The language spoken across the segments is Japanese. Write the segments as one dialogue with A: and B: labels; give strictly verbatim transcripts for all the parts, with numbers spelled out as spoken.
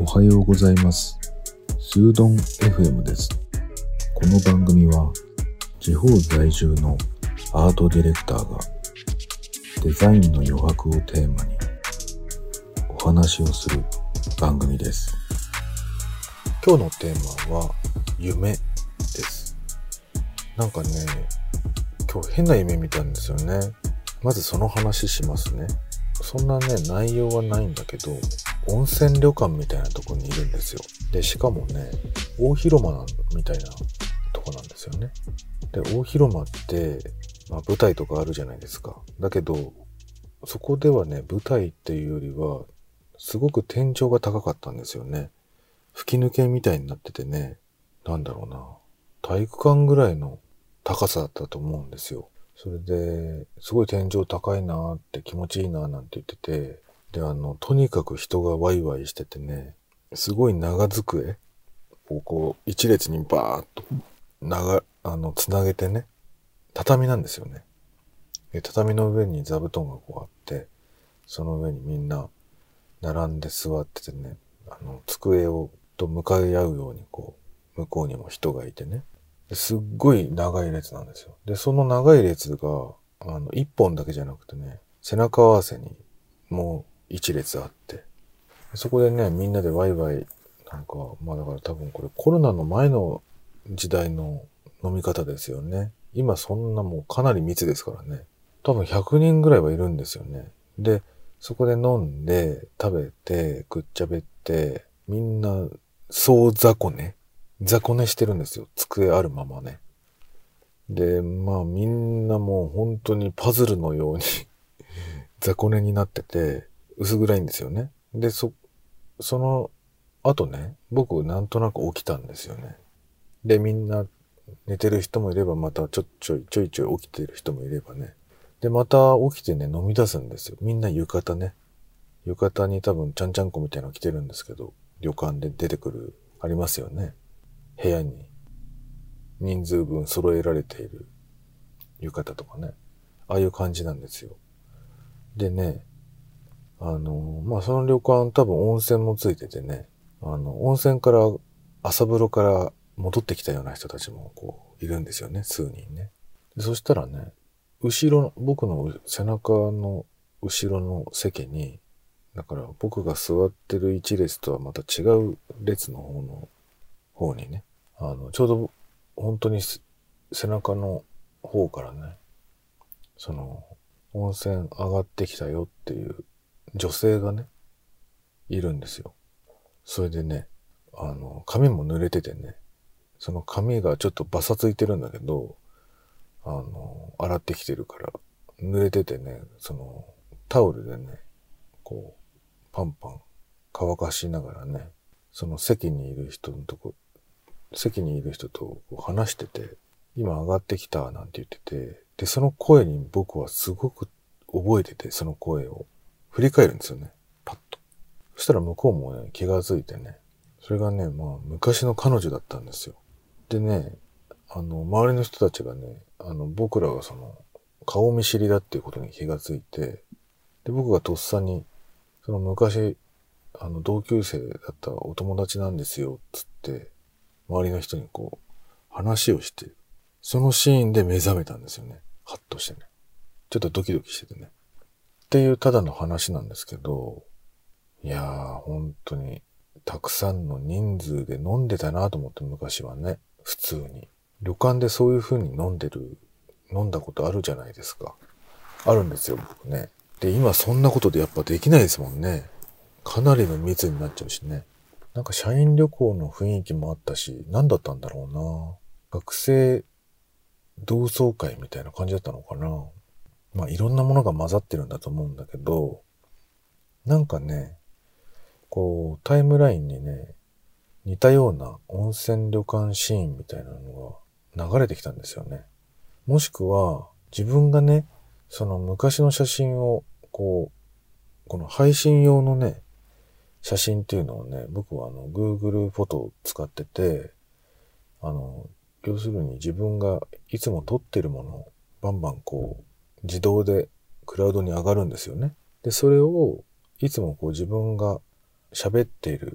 A: おはようございます。スードン エフエム です。この番組は地方在住のアートディレクターがデザインの余白をテーマにお話をする番組です。今日のテーマは夢です。なんかね、今日変な夢見たんですよね。まずその話しますね。そんなね、内容はないんだけど、温泉旅館みたいなとこにいるんですよ。で、しかもね、大広間みたいなとこなんですよね。で、大広間って、まあ舞台とかあるじゃないですか。だけど、そこではね、舞台っていうよりは、すごく天井が高かったんですよね。吹き抜けみたいになっててね、なんだろうな、体育館ぐらいの高さだったと思うんですよ。それで、すごい天井高いなーって気持ちいいなーなんて言ってて、で、あの、とにかく人がワイワイしててね、すごい長机をこう、一列にバーッと長、あの、つなげてね、畳なんですよね。で、畳の上に座布団がこうあって、その上にみんな並んで座っててね、あの、机をと向かい合うようにこう、向こうにも人がいてね、すっごい長い列なんですよ。で、その長い列が、あの、一本だけじゃなくてね、背中合わせにもう一列あって、そこでね、みんなでワイワイ、なんか、まあだから多分これコロナの前の時代の飲み方ですよね。今そんなもうかなり密ですからね。多分ひゃくにんぐらいはいるんですよね。で、そこで飲んで、食べて、くっちゃべって、みんな、総雑魚寝雑魚寝してるんですよ。机あるままね。で、まあみんなもう本当にパズルのように雑魚寝になってて、薄暗いんですよね。で、そ、その後ね、僕なんとなく起きたんですよね。で、みんな寝てる人もいれば、またちょちょいちょいちょい起きてる人もいればね。で、また起きてね、飲み出すんですよ。みんな浴衣ね。浴衣に多分ちゃんちゃんこみたいなの着てるんですけど、旅館で出てくる、ありますよね。部屋に人数分揃えられている浴衣とかね。ああいう感じなんですよ。でね、あの、まあ、その旅館多分温泉もついててね、あの、温泉から朝風呂から戻ってきたような人たちもこう、いるんですよね、数人ね。でそしたらね、後ろの、僕の背中の後ろの席に、だから僕が座ってる一列とはまた違う列の方の方にね、あの、ちょうど本当に背中の方からね、その、温泉上がってきたよっていう女性がね、いるんですよ。それでね、あの、髪も濡れててね、その髪がちょっとバサついてるんだけど、あの、洗ってきてるから、濡れててね、その、タオルでね、こう、パンパン乾かしながらね、その席にいる人のとこ、席にいる人と話してて、今上がってきたなんて言ってて、で、その声に僕はすごく覚えてて、その声を振り返るんですよね。パッと。そしたら向こうもね、気がついてね、それがね、まあ、昔の彼女だったんですよ。でね、あの、周りの人たちがね、あの、僕らがその、顔見知りだっていうことに気がついて、で、僕がとっさに、その昔、あの、同級生だったお友達なんですよ、つって、周りの人にこう、話をして、そのシーンで目覚めたんですよね。ハッとしてね。ちょっとドキドキしててね。っていうただの話なんですけど、いやー、本当に、たくさんの人数で飲んでたなと思って昔はね、普通に。旅館でそういう風に飲んでる、飲んだことあるじゃないですか。あるんですよ、僕ね。で、今そんなことでやっぱできないですもんね。かなりの密になっちゃうしね。なんか社員旅行の雰囲気もあったし、何だったんだろうな。学生同窓会みたいな感じだったのかな。まあいろんなものが混ざってるんだと思うんだけど、なんかね、こうタイムラインにね、似たような温泉旅館シーンみたいなのが流れてきたんですよね。もしくは自分がね、その昔の写真をこう、この配信用のね、写真っていうのをね、僕はあの Google フォトを使ってて、あの、要するに自分がいつも撮ってるものをバンバンこう自動でクラウドに上がるんですよね。で、それをいつもこう自分が喋っている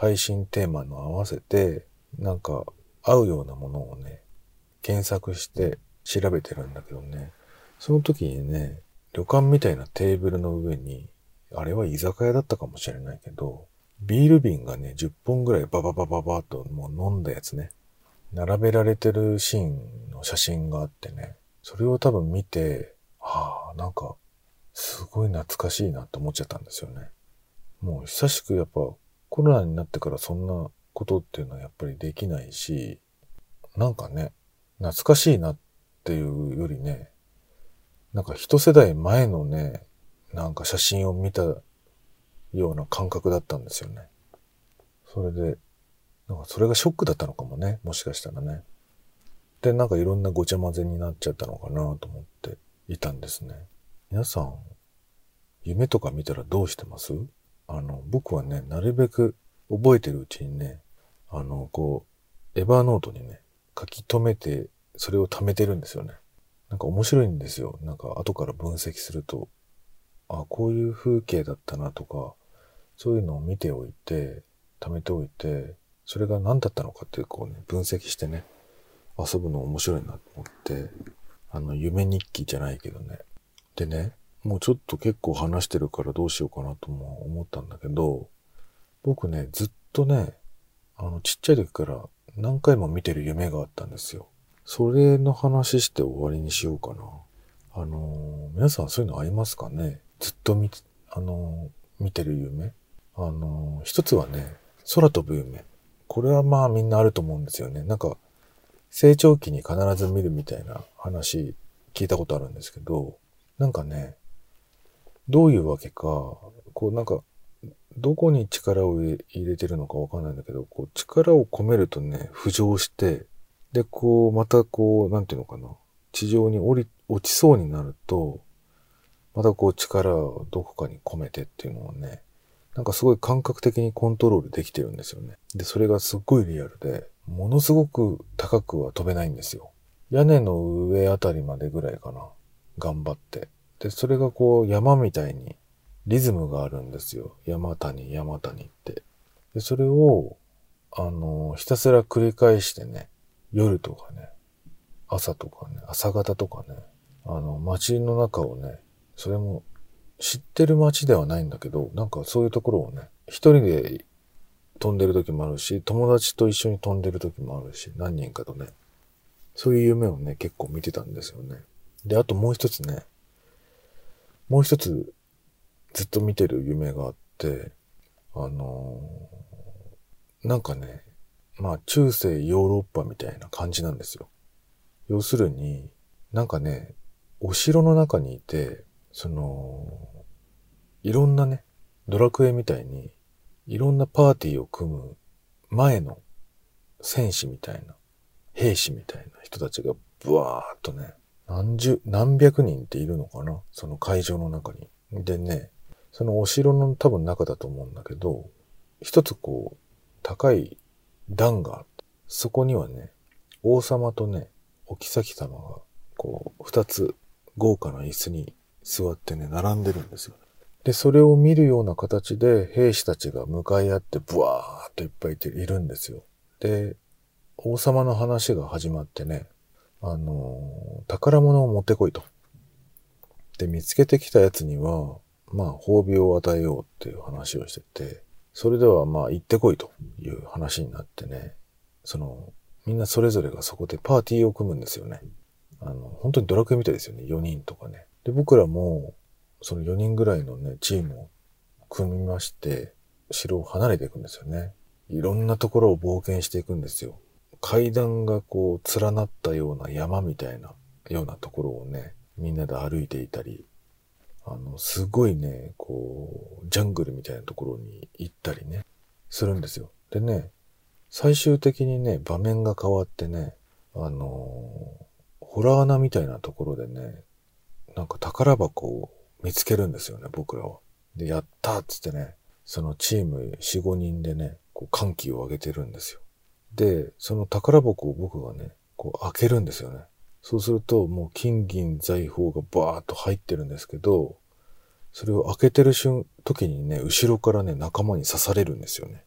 A: 配信テーマの合わせて、なんか合うようなものをね、検索して調べてるんだけどね、その時にね、旅館みたいなテーブルの上に、あれは居酒屋だったかもしれないけど、ビール瓶がね、じゅっぽんぐらいバババババーともう飲んだやつね、並べられてるシーンの写真があってね、それを多分見て、はあ、なんか、すごい懐かしいなって思っちゃったんですよね。もう久しくやっぱコロナになってからそんなことっていうのはやっぱりできないし、なんかね、懐かしいなっていうよりね、なんか一世代前のね、なんか写真を見たような感覚だったんですよね。それで、なんかそれがショックだったのかもね、もしかしたらね。で、なんかいろんなごちゃ混ぜになっちゃったのかなと思っていたんですね。皆さん、夢とか見たらどうしてます？あの、僕はね、なるべく覚えてるうちにね、あの、こう、エバーノートにね、書き留めて、それを貯めてるんですよね。なんか面白いんですよ。なんか後から分析すると、あ、こういう風景だったなとか、そういうのを見ておいて、貯めておいて、それが何だったのかっていうこうね、分析してね、遊ぶの面白いなと思って、あの、夢日記じゃないけどね。でね、もうちょっと結構話してるからどうしようかなとも思ったんだけど、僕ね、ずっとね、あの、ちっちゃい時から何回も見てる夢があったんですよ。それの話して終わりにしようかな。あのー、皆さんそういうのありますかね？ずっと見、あのー、見てる夢。あのー、一つはね、空飛ぶ夢。これはまあみんなあると思うんですよね。なんか、成長期に必ず見るみたいな話聞いたことあるんですけど、なんかね、どういうわけか、こうなんか、どこに力を入れてるのかわかんないんだけど、こう力を込めるとね、浮上して、で、こう、またこう、なんていうのかな、地上に降り、落ちそうになると、またこう力をどこかに込めてっていうのをね、なんかすごい感覚的にコントロールできてるんですよね。で、それがすっごいリアルで、ものすごく高くは飛べないんですよ。屋根の上あたりまでぐらいかな。頑張って。で、それがこう山みたいにリズムがあるんですよ。山谷、山谷って。で、それを、あの、ひたすら繰り返してね、夜とかね、朝とかね、朝方とかね、あの、街の中をね、それも知ってる街ではないんだけど、なんかそういうところをね、一人で飛んでる時もあるし、友達と一緒に飛んでる時もあるし、何人かとね、そういう夢をね、結構見てたんですよね。で、あともう一つね、もう一つずっと見てる夢があって、あのー、なんかね、まあ中世ヨーロッパみたいな感じなんですよ。要するに、なんかね、お城の中にいて、その、いろんなね、ドラクエみたいに、いろんなパーティーを組む前の戦士みたいな、兵士みたいな人たちがブワーっとね、何十、何百人っているのかな、その会場の中に。でね、そのお城の多分中だと思うんだけど、一つこう、高い段があって、そこにはね、王様とね、お妃様が、こう、二つ豪華な椅子に座ってね、並んでるんですよ。で、それを見るような形で兵士たちが向かい合ってブワーっといっぱいいているんですよ。で、王様の話が始まってね、あのー、宝物を持ってこいと。で、見つけてきたやつには、まあ、褒美を与えようっていう話をしてて、それではまあ、行ってこいという話になってね、その、みんなそれぞれがそこでパーティーを組むんですよね。あの、本当にドラクエみたいですよね。よにんとかね。で、僕らも、そのよにんぐらいのね、チームを組みまして、城を離れていくんですよね。いろんなところを冒険していくんですよ。階段がこう、連なったような山みたいな、ようなところをね、みんなで歩いていたり、あの、すごいね、こう、ジャングルみたいなところに行ったりね、するんですよ。でね、最終的にね、場面が変わってね、あのー、ホラー穴みたいなところでね、なんか宝箱を見つけるんですよね、僕らは。で、やったーっつってね、そのチームよん、ごにんでね、こう歓喜を上げてるんですよ。で、その宝箱を僕がね、こう開けるんですよね。そうすると、もう金銀財宝がバーっと入ってるんですけど、それを開けてる瞬、時にね、後ろからね、仲間に刺されるんですよね。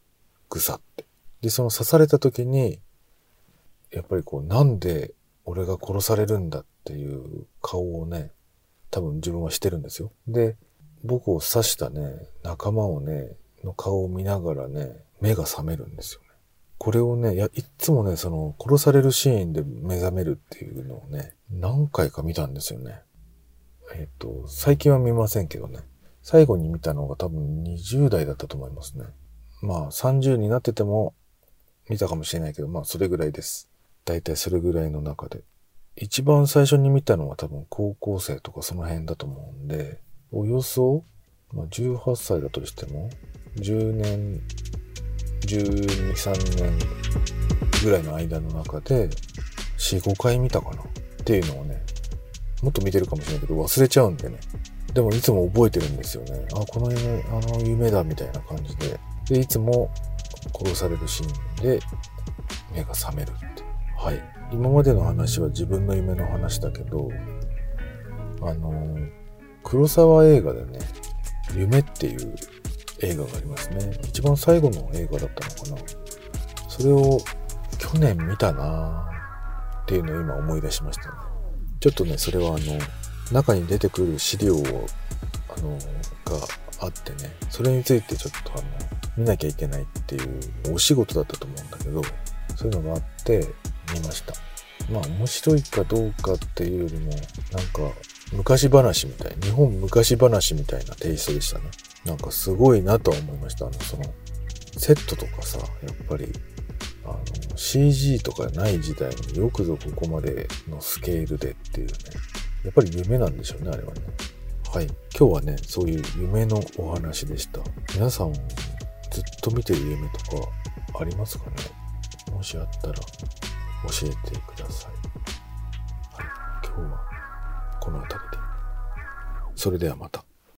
A: グサって。で、その刺された時に、やっぱりこう、なんで俺が殺されるんだっていう顔をね、多分自分はしてるんですよ。で、僕を刺したね、仲間をね、の顔を見ながらね、目が覚めるんですよね。これをね、いや、いっつもね、その、殺されるシーンで目覚めるっていうのをね、何回か見たんですよね。えっと、最近は見ませんけどね。最後に見たのが多分にじゅう代だったと思いますね。まあ、さんじゅうになってても見たかもしれないけど、まあ、それぐらいです。だいたいそれぐらいの中で。一番最初に見たのは多分高校生とかその辺だと思うんで、およそ、まあ、じゅうはっさいだとしても、じゅうねん、じゅうに、さんねんぐらいの間の中で、よん、ごかい見たかなっていうのをね、もっと見てるかもしれないけど忘れちゃうんでね。でもいつも覚えてるんですよね。あ、この夢、あの夢だみたいな感じで。で、いつも殺されるシーンで目が覚めるって。はい。今までの話は自分の夢の話だけど、あの、黒沢映画でね、夢っていう映画がありますね。一番最後の映画だったのかな。それを去年見たなーっていうのを今思い出しましたね。ちょっとね、それはあの、中に出てくる資料を、あの、があってね、それについてちょっとあの、見なきゃいけないっていうお仕事だったと思うんだけど、そういうのがあって見ました。まあ面白いかどうかっていうよりも、なんか昔話みたい、日本昔話みたいなテイストでしたね。なんかすごいなとは思いました。あの、その、セットとかさ、やっぱり、あの、シージー とかない時代によくぞここまでのスケールでっていうね。やっぱり夢なんでしょうね、あれはね。はい。今日はね、そういう夢のお話でした。皆さん、ずっと見てる夢とかありますかね？もしあったら教えてください。はい。今日はこの辺りで。それではまた。